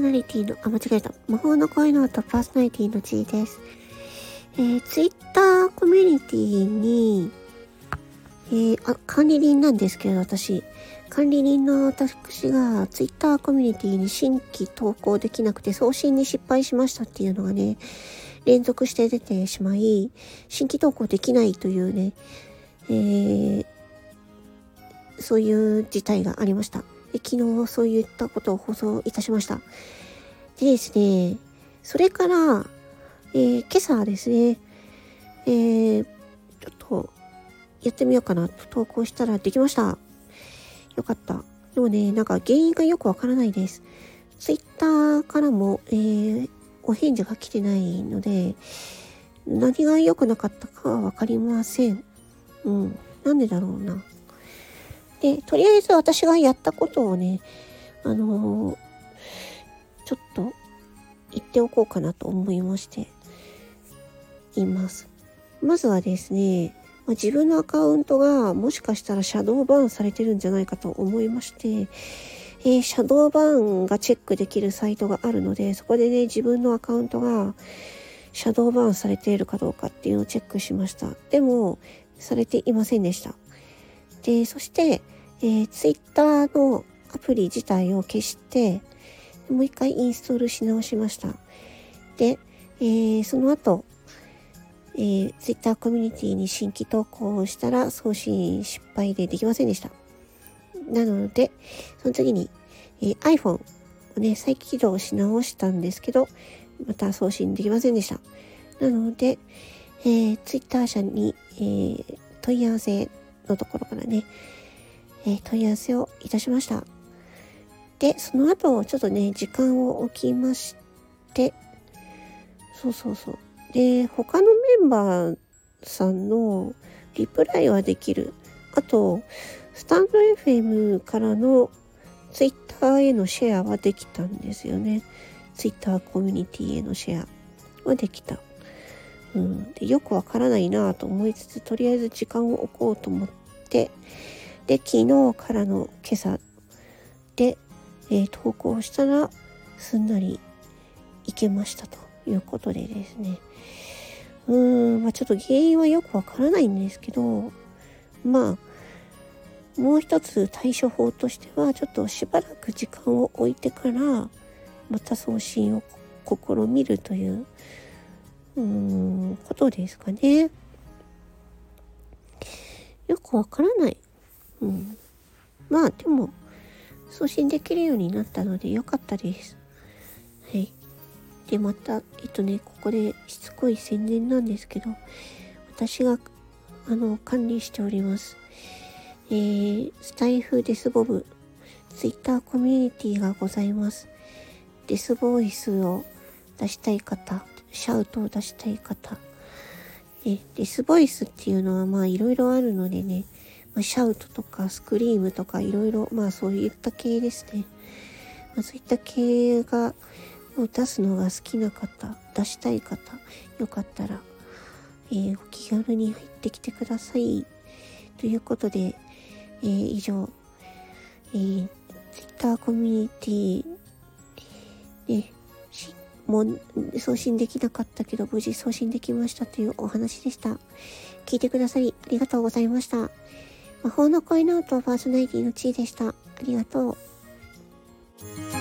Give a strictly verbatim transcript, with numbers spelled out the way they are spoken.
ナリティの、あ、間違えた。魔法の声の音パーソナリティのちいです。えー、ツイッターコミュニティに、えー、あ、管理人なんですけど、私。管理人の私がツイッターコミュニティに新規投稿できなくて送信に失敗しましたっていうのがね、連続して出てしまい、新規投稿できないというね、えー、そういう事態がありました。で昨日そういったことを放送いたしました。でですね、それから、えー、今朝ですね、えー、ちょっとやってみようかなと投稿したらできました。よかった。でもね、なんか原因がよくわからないです。ツイッターからも、えー、お返事が来てないので、何が良くなかったかはわかりません。うん。なんでだろうな。で、とりあえず私がやったことをね、あのー、ちょっと言っておこうかなと思いまして、言います。まずはですね、まあ、自分のアカウントがもしかしたらシャドーバーンされてるんじゃないかと思いまして、えー、シャドーバーンがチェックできるサイトがあるので、そこでね、自分のアカウントがシャドーバーンされているかどうかっていうのをチェックしました。でも、されていませんでした。で、そして、えー、Twitter のアプリ自体を消して、もう一回インストールし直しました。で、えー、その後、えー、Twitter コミュニティに新規投稿をしたら送信失敗でできませんでした。なので、その次に、えー、iPhone をね、再起動し直したんですけど、また送信できませんでした。なので、えー、Twitter 社に、えー、問い合わせのところからね、えー、問い合わせをいたしました。で、その後、ちょっとね、時間を置きまして、そうそうそう。で、他のメンバーさんのリプライはできる。あと、スタンド エフエム からのツイッターへのシェアはできたんですよね。ツイッターコミュニティへのシェアはできた。うん、でよくわからないなと思いつつ、とりあえず時間を置こうと思って、で、昨日からの今朝で、えー、投稿したらすんなりいけましたということでですね。うーん、まあちょっと原因はよくわからないんですけど、まあ、もう一つ対処法としては、ちょっとしばらく時間を置いてから、また送信を試みるという、うーん、ことですかね。よくわからない。うん。まあでも、送信できるようになったのでよかったです。はい。で、また、えっとね、ここでしつこい宣伝なんですけど、私が、あの、管理しております。えー、スタイフデスボブ、ツイッターコミュニティがございます。デスボイスを出したい方、シャウトを出したい方、えデスボイスっていうのはまあいろいろあるのでね、まあ、シャウトとかスクリームとかいろいろ、まあそういった系ですね。まあ、そういった系が、を出すのが好きな方、出したい方、よかったら、えー、お気軽に入ってきてください。ということで、えー、以上、えー、Twitter コミュニティで、もう送信できなかったけど無事送信できましたというお話でした。聞いてくださりありがとうございました。魔法の声の音パーソナリティのちいでした。ありがとう。